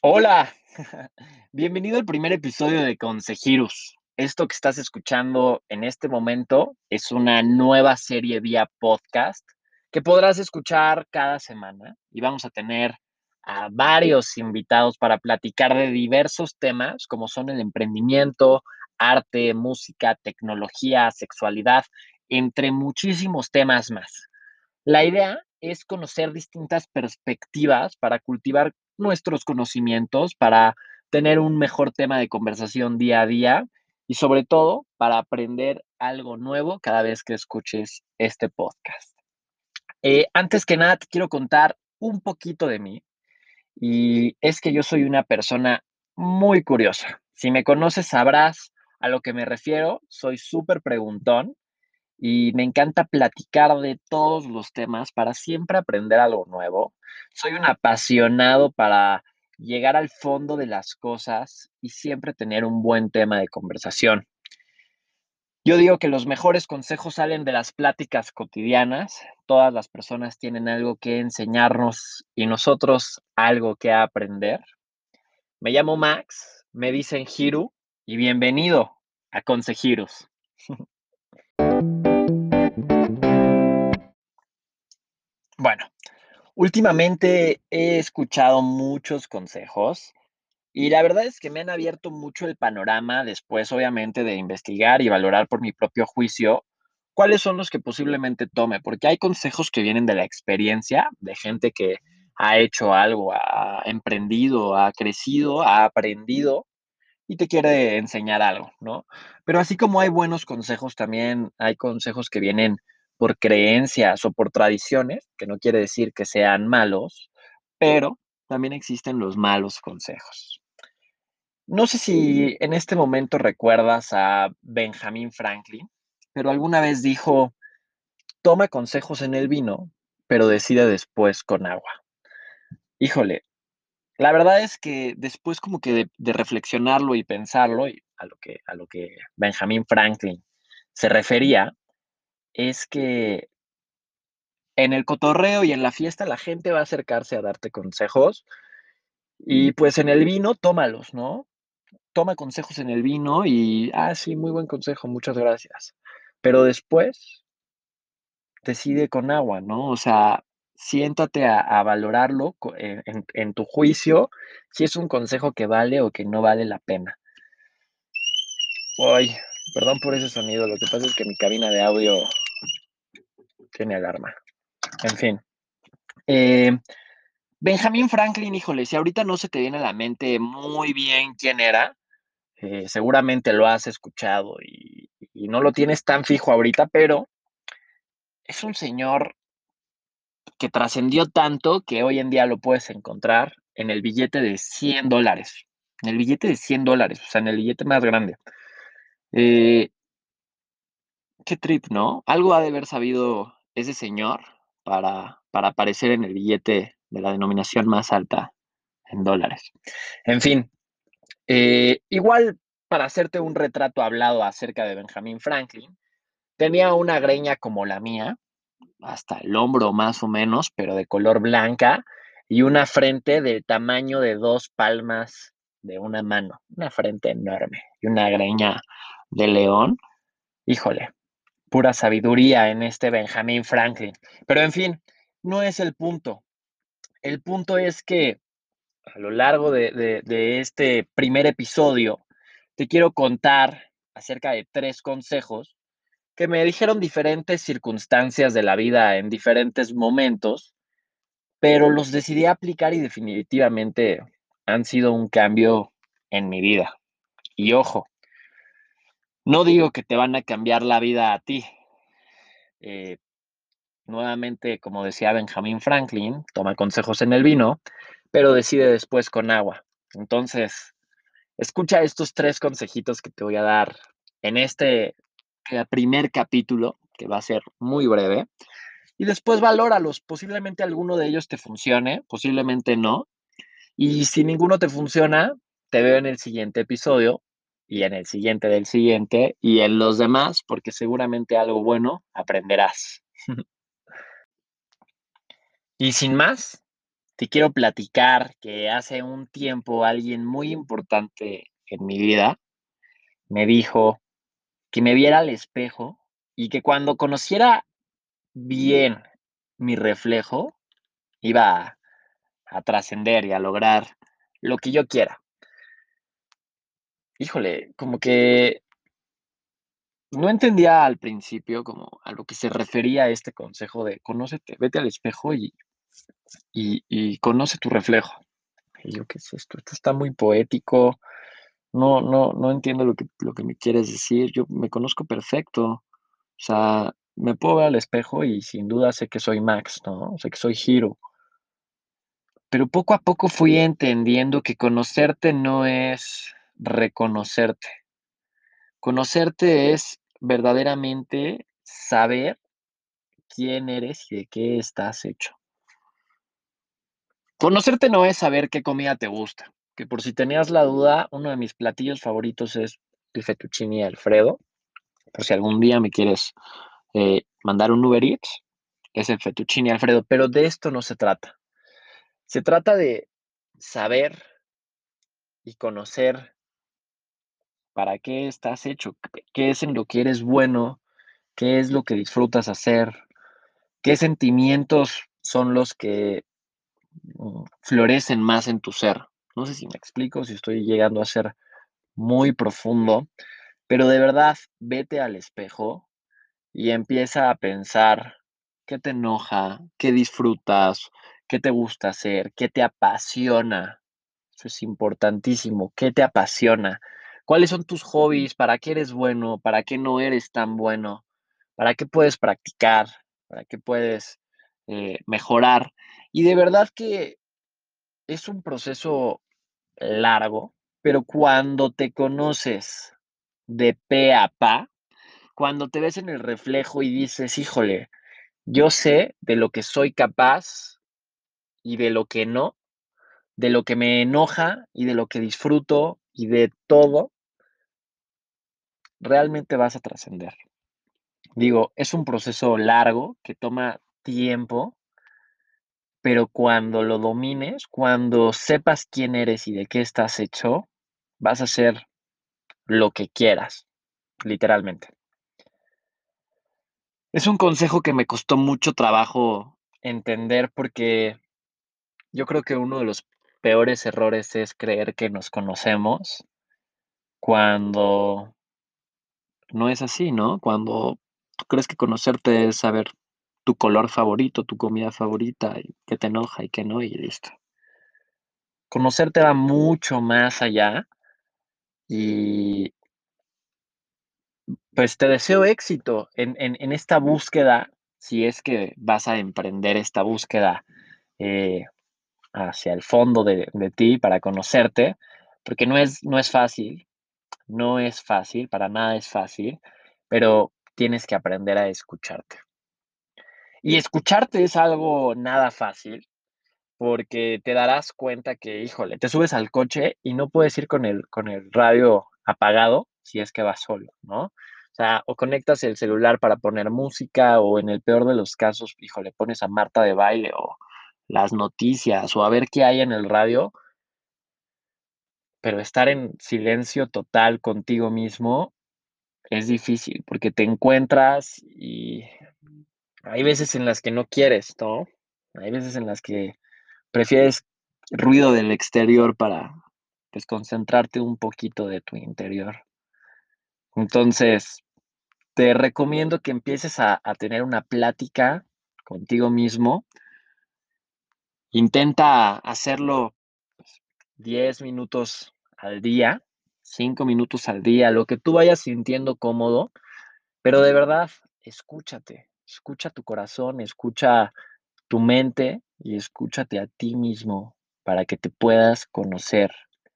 Hola, bienvenido al primer episodio de Consejirus. Esto que estás escuchando en este momento es una nueva serie vía podcast que podrás escuchar cada semana y vamos a tener a varios invitados para platicar de diversos temas como son el emprendimiento, arte, música, tecnología, sexualidad, entre muchísimos temas más. La idea es conocer distintas perspectivas para cultivar nuestros conocimientos, para tener un mejor tema de conversación día a día y sobre todo para aprender algo nuevo cada vez que escuches este podcast. Antes que nada, te quiero contar un poquito de mí y es que yo soy una persona muy curiosa. Si me conoces sabrás a lo que me refiero, soy súper preguntón y me encanta platicar de todos los temas para siempre aprender algo nuevo. Soy un apasionado para llegar al fondo de las cosas y siempre tener un buen tema de conversación. Yo digo que los mejores consejos salen de las pláticas cotidianas. Todas las personas tienen algo que enseñarnos y nosotros algo que aprender. Me llamo Max, me dicen Hiru y bienvenido a Consejiros. Bueno, últimamente he escuchado muchos consejos y la verdad es que me han abierto mucho el panorama después, obviamente, de investigar y valorar por mi propio juicio cuáles son los que posiblemente tome, porque hay consejos que vienen de la experiencia, de gente que ha hecho algo, ha emprendido, ha crecido, ha aprendido y te quiere enseñar algo, ¿no? Pero así como hay buenos consejos, también hay consejos que vienen por creencias o por tradiciones, que no quiere decir que sean malos, pero también existen los malos consejos. No sé si en este momento recuerdas a Benjamin Franklin, pero alguna vez dijo, toma consejos en el vino, pero decide después con agua. Híjole, la verdad es que después como que de reflexionarlo y pensarlo, y a lo que Benjamin Franklin se refería, es que en el cotorreo y en la fiesta la gente va a acercarse a darte consejos y, pues, en el vino tómalos, ¿no? Toma consejos en el vino y, sí, muy buen consejo, muchas gracias. Pero después decide con agua, ¿no? O sea, siéntate a valorarlo en tu juicio, si es un consejo que vale o que no vale la pena. Ay, perdón por ese sonido, lo que pasa es que mi cabina de audio tiene alarma. En fin, eh, Benjamin Franklin, híjole, si ahorita no se te viene a la mente muy bien quién era, seguramente lo has escuchado y no lo tienes tan fijo ahorita, pero es un señor que trascendió tanto que hoy en día lo puedes encontrar en el billete de $100, en el billete de $100, o sea, en el billete más grande. Eh, Qué trip, ¿no? Algo ha de haber sabido ese señor para aparecer en el billete de la denominación más alta en dólares. En fin, igual para hacerte un retrato hablado acerca de Benjamin Franklin, tenía una greña como la mía, hasta el hombro más o menos, pero de color blanca, y una frente del tamaño de 2 palmas de una mano, una frente enorme y una greña de león. Híjole, pura sabiduría en este Benjamin Franklin. Pero en fin, no es el punto. El punto es que a lo largo de este primer episodio, te quiero contar acerca de 3 consejos que me dijeron diferentes circunstancias de la vida en diferentes momentos, pero los decidí aplicar y definitivamente han sido un cambio en mi vida. Y ojo, no digo que te van a cambiar la vida a ti. Eh, Nuevamente, como decía Benjamin Franklin, toma consejos en el vino, pero decide después con agua. Entonces, escucha estos 3 consejitos que te voy a dar en este primer capítulo, que va a ser muy breve, y después valóralos. Posiblemente alguno de ellos te funcione, posiblemente no. Y si ninguno te funciona, te veo en el siguiente episodio y en el siguiente del siguiente y en los demás, porque seguramente algo bueno aprenderás. Y sin más, te quiero platicar que hace un tiempo alguien muy importante en mi vida me dijo que me viera al espejo y que cuando conociera bien mi reflejo iba a trascender y a lograr lo que yo quiera. Híjole, como que no entendía al principio como a lo que se refería este consejo de conócete, vete al espejo y conoce tu reflejo. Y yo, ¿qué es esto? Esto está muy poético. No entiendo lo que me quieres decir. Yo me conozco perfecto. O sea, me puedo ver al espejo y sin duda sé que soy Max, ¿no? Sé que soy Hiro. Pero poco a poco fui entendiendo que conocerte no es reconocerte. Conocerte es verdaderamente saber quién eres y de qué estás hecho. Conocerte no es saber qué comida te gusta, que por si tenías la duda, uno de mis platillos favoritos es el fettuccine Alfredo. Por si algún día me quieres mandar un Uber Eats, es el fettuccine Alfredo, pero de esto no se trata. Se trata de saber y conocer para qué estás hecho, qué es en lo que eres bueno, qué es lo que disfrutas hacer, qué sentimientos son los que florecen más en tu ser. No sé si me explico, si estoy llegando a ser muy profundo, pero de verdad, vete al espejo y empieza a pensar qué te enoja, qué disfrutas, qué te gusta hacer, qué te apasiona. Eso es importantísimo. ¿Qué te apasiona? ¿Cuáles son tus hobbies? ¿Para qué eres bueno? ¿Para qué no eres tan bueno? ¿Para qué puedes practicar? ¿Para qué puedes mejorar? Y de verdad que es un proceso largo, pero cuando te conoces de pe a pa, cuando te ves en el reflejo y dices, híjole, yo sé de lo que soy capaz y de lo que no, de lo que me enoja y de lo que disfruto y de todo, realmente vas a trascender. Digo, es un proceso largo que toma tiempo, pero cuando lo domines, cuando sepas quién eres y de qué estás hecho, vas a hacer lo que quieras, literalmente. Es un consejo que me costó mucho trabajo entender porque yo creo que uno de los peores errores es creer que nos conocemos cuando no es así, ¿no? Cuando tú crees que conocerte es saber tu color favorito, tu comida favorita, y qué te enoja y qué no, y listo. Conocerte va mucho más allá y pues te deseo éxito en esta búsqueda, si es que vas a emprender esta búsqueda eh, hacia el fondo de ti para conocerte, porque no es fácil, no es fácil, para nada es fácil, pero tienes que aprender a escucharte. Y escucharte es algo nada fácil, porque te darás cuenta que, híjole, te subes al coche y no puedes ir con el radio apagado si es que vas solo, ¿no? O sea, o conectas el celular para poner música, o en el peor de los casos, híjole, pones a Marta de Baile o las noticias o a ver qué hay en el radio, pero estar en silencio total contigo mismo es difícil porque te encuentras y hay veces en las que no quieres, ¿no? Hay veces en las que prefieres ruido del exterior para, pues, concentrarte un poquito de tu interior. Entonces, te recomiendo que empieces a tener una plática contigo mismo. Intenta hacerlo 10 minutos al día, 5 minutos al día, lo que tú vayas sintiendo cómodo, pero de verdad, escúchate, escucha tu corazón, escucha tu mente y escúchate a ti mismo para que te puedas conocer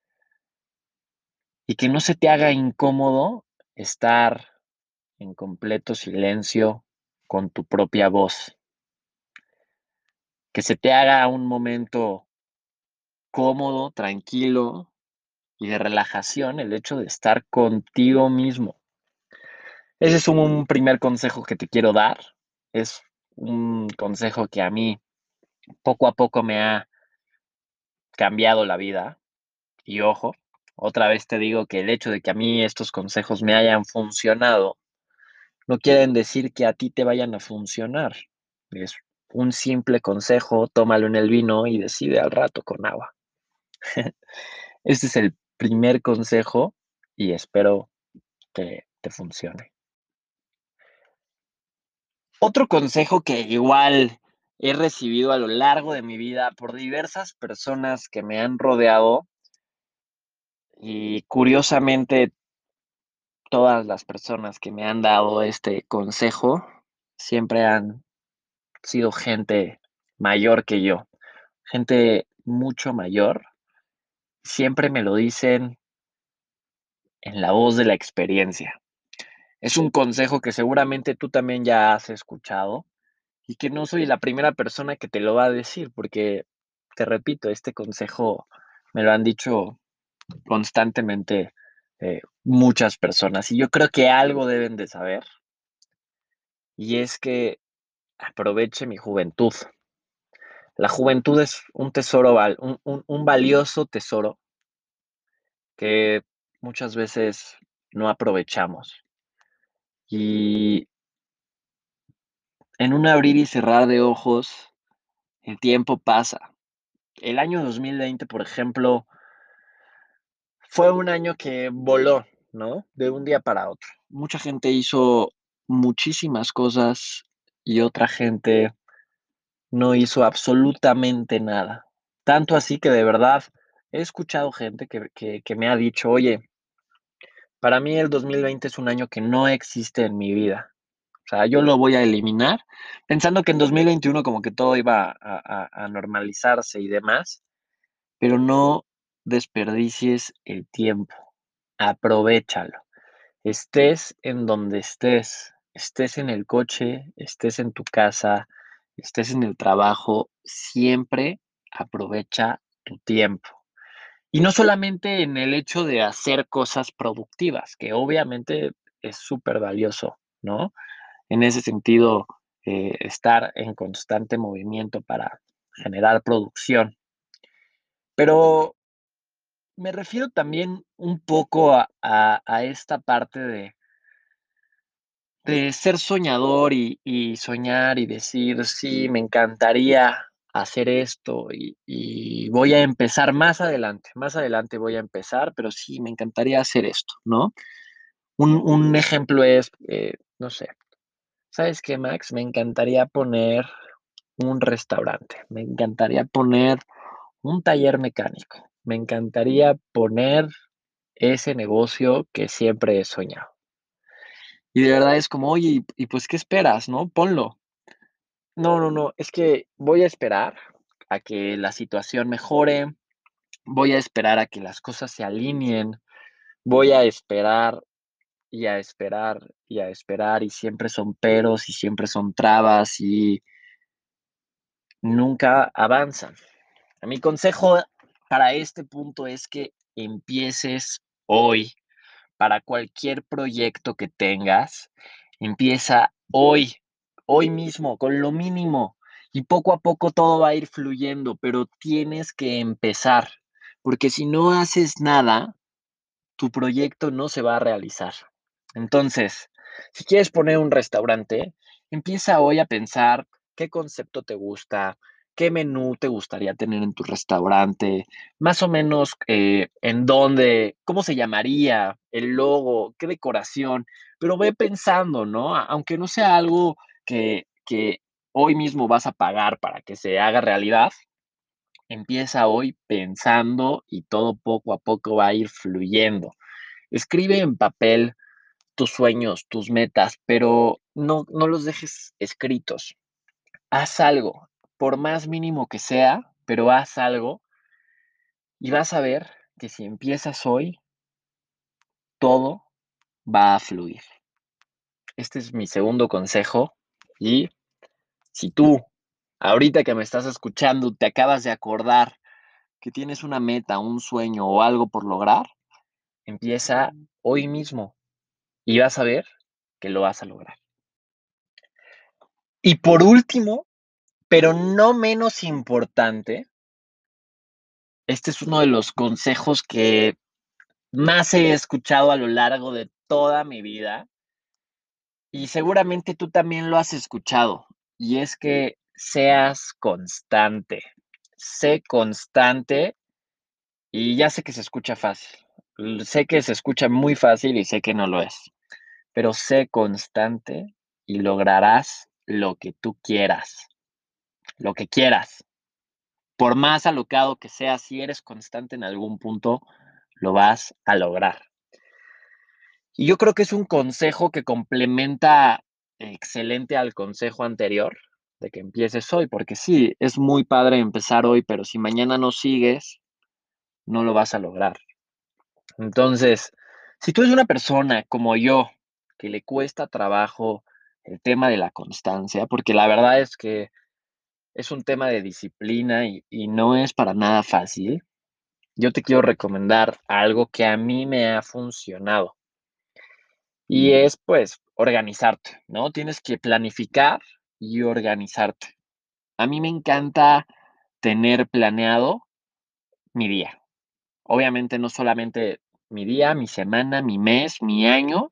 y que no se te haga incómodo estar en completo silencio con tu propia voz, que se te haga un momento cómodo, tranquilo y de relajación el hecho de estar contigo mismo. Ese es un primer consejo que te quiero dar. Es un consejo que a mí poco a poco me ha cambiado la vida. Y ojo, otra vez te digo que el hecho de que a mí estos consejos me hayan funcionado, no quieren decir que a ti te vayan a funcionar. Es un simple consejo, tómalo en el vino y decide al rato con agua. Este es el primer consejo y espero que te funcione. Otro consejo que igual he recibido a lo largo de mi vida por diversas personas que me han rodeado y curiosamente todas las personas que me han dado este consejo siempre han sido gente mayor que yo, gente mucho mayor. Siempre me lo dicen en la voz de la experiencia. Es un consejo que seguramente tú también ya has escuchado y que no soy la primera persona que te lo va a decir, porque te repito, este consejo me lo han dicho constantemente muchas personas y yo creo que algo deben de saber y es que aproveche mi juventud. La juventud es un tesoro, un valioso tesoro que muchas veces no aprovechamos. Y en un abrir y cerrar de ojos, el tiempo pasa. El año 2020, por ejemplo, fue un año que voló, ¿no? De un día para otro. Mucha gente hizo muchísimas cosas y otra gente no hizo absolutamente nada. Tanto así que de verdad he escuchado gente que me ha dicho, oye, para mí el 2020 es un año que no existe en mi vida. O sea, yo lo voy a eliminar, pensando que en 2021 como que todo iba a normalizarse y demás, pero no desperdicies el tiempo, aprovéchalo. Estés en donde estés, estés en el coche, estés en tu casa, estés en el trabajo, siempre aprovecha tu tiempo. Y no solamente en el hecho de hacer cosas productivas, que obviamente es súper valioso, ¿no? En ese sentido, estar en constante movimiento para generar producción. Pero me refiero también un poco a esta parte de ser soñador y soñar y decir, sí, me encantaría hacer esto y voy a empezar más adelante voy a empezar, pero sí, me encantaría hacer esto, ¿no? Un ejemplo es, no sé, ¿sabes qué, Max? Me encantaría poner un restaurante, me encantaría poner un taller mecánico, me encantaría poner ese negocio que siempre he soñado. Y de verdad es como, oye, y pues, ¿qué esperas, no? Ponlo. No, no, no, es que voy a esperar a que la situación mejore, voy a esperar a que las cosas se alineen, voy a esperar y a esperar y a esperar y siempre son peros y siempre son trabas y nunca avanzan. Mi consejo para este punto es que empieces hoy. Para cualquier proyecto que tengas, empieza hoy, hoy mismo, con lo mínimo. Y poco a poco todo va a ir fluyendo, pero tienes que empezar, porque si no haces nada, tu proyecto no se va a realizar. Entonces, si quieres poner un restaurante, empieza hoy a pensar qué concepto te gusta, qué menú te gustaría tener en tu restaurante, más o menos en dónde, cómo se llamaría, el logo, qué decoración, pero ve pensando, ¿no? Aunque no sea algo que hoy mismo vas a pagar para que se haga realidad, empieza hoy pensando y todo poco a poco va a ir fluyendo. Escribe en papel tus sueños, tus metas, pero no los dejes escritos. Haz algo, por más mínimo que sea, pero haz algo y vas a ver que si empiezas hoy, todo va a fluir. Este es mi segundo consejo y si tú, ahorita que me estás escuchando, te acabas de acordar que tienes una meta, un sueño o algo por lograr, empieza hoy mismo y vas a ver que lo vas a lograr. Y por último, pero no menos importante, este es uno de los consejos que más he escuchado a lo largo de toda mi vida y seguramente tú también lo has escuchado, y es que seas constante. Sé constante y ya sé que se escucha fácil. Sé que se escucha muy fácil y sé que no lo es, pero sé constante y lograrás lo que tú quieras, lo que quieras. Por más alocado que sea, si eres constante en algún punto, lo vas a lograr. Y yo creo que es un consejo que complementa excelente al consejo anterior, de que empieces hoy, porque sí, es muy padre empezar hoy, pero si mañana no sigues, no lo vas a lograr. Entonces, si tú eres una persona como yo, que le cuesta trabajo el tema de la constancia, porque la verdad es que es un tema de disciplina y no es para nada fácil, yo te quiero recomendar algo que a mí me ha funcionado. Y es, pues, organizarte, ¿no? Tienes que planificar y organizarte. A mí me encanta tener planeado mi día. Obviamente, no solamente mi día, mi semana, mi mes, mi año,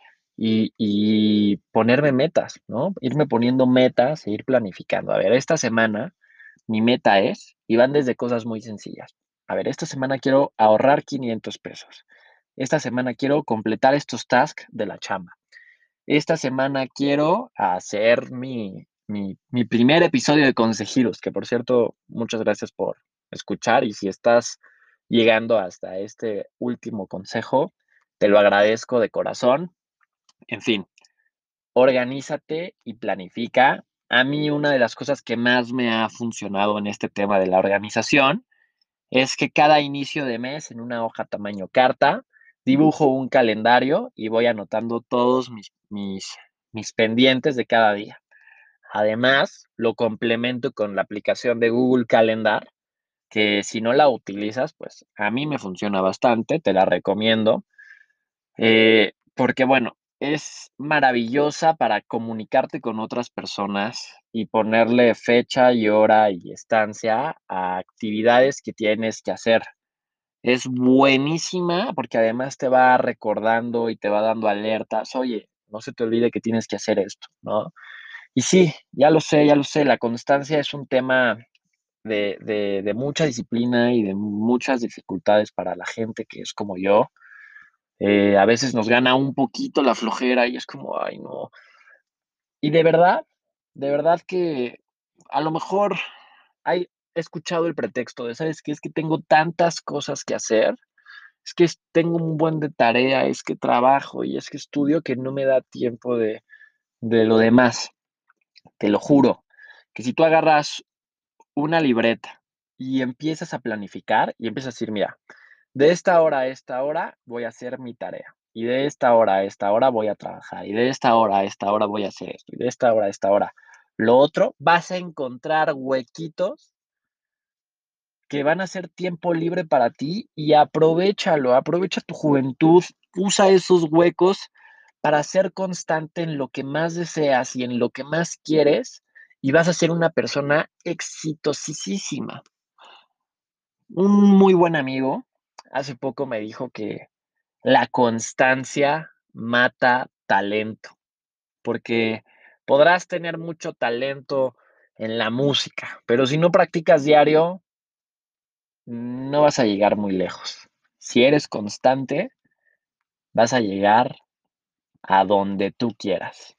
y ponerme metas, ¿no? Irme poniendo metas e ir planificando. A ver, esta semana mi meta es, y van desde cosas muy sencillas. A ver, esta semana quiero ahorrar 500 pesos. Esta semana quiero completar estos tasks de la chamba. Esta semana quiero hacer mi primer episodio de Consejiros, que por cierto, muchas gracias por escuchar y si estás llegando hasta este último consejo, te lo agradezco de corazón. En fin, organízate y planifica. A mí una de las cosas que más me ha funcionado en este tema de la organización es que cada inicio de mes en una hoja tamaño carta, dibujo un calendario y voy anotando todos mis pendientes de cada día. Además, lo complemento con la aplicación de Google Calendar, que si no la utilizas, pues a mí me funciona bastante, te la recomiendo, porque bueno, es maravillosa para comunicarte con otras personas y ponerle fecha y hora y estancia a actividades que tienes que hacer. Es buenísima porque además te va recordando y te va dando alertas. Oye, no se te olvide que tienes que hacer esto, ¿no? Y sí, ya lo sé, la constancia es un tema de mucha disciplina y de muchas dificultades para la gente que es como yo. A veces nos gana un poquito la flojera y es como, ay, no. Y de verdad que a lo mejor he escuchado el pretexto de, ¿sabes qué? Es que tengo tantas cosas que hacer, es que tengo un buen de tarea, es que trabajo y es que estudio que no me da tiempo de lo demás. Te lo juro, que si tú agarras una libreta y empiezas a planificar y empiezas a decir, mira, de esta hora a esta hora voy a hacer mi tarea. Y de esta hora a esta hora voy a trabajar. Y de esta hora a esta hora voy a hacer esto. Y de esta hora a esta hora lo otro. Vas a encontrar huequitos que van a ser tiempo libre para ti y aprovéchalo, aprovecha tu juventud, usa esos huecos para ser constante en lo que más deseas y en lo que más quieres y vas a ser una persona exitosísima. Un muy buen amigo hace poco me dijo que la constancia mata talento, porque podrás tener mucho talento en la música, pero si no practicas diario, no vas a llegar muy lejos. Si eres constante, vas a llegar a donde tú quieras.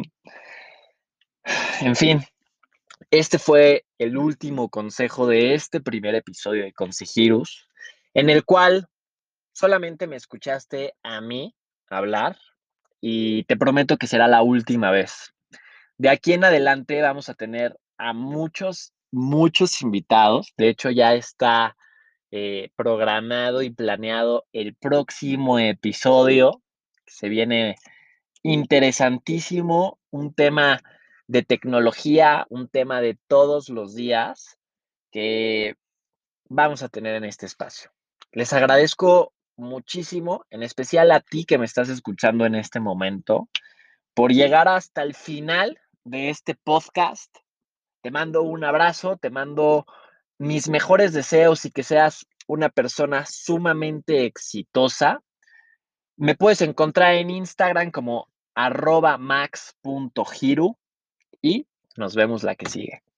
En fin, este fue el último consejo de este primer episodio de Consejirus, en el cual solamente me escuchaste a mí hablar y te prometo que será la última vez. De aquí en adelante vamos a tener a muchos invitados. De hecho, ya está programado y planeado el próximo episodio. Se viene interesantísimo, un tema de tecnología, un tema de todos los días que vamos a tener en este espacio. Les agradezco muchísimo, en especial a ti que me estás escuchando en este momento, por llegar hasta el final de este podcast. Te mando un abrazo, te mando mis mejores deseos y que seas una persona sumamente exitosa. Me puedes encontrar en Instagram como @max.hiru y nos vemos la que sigue.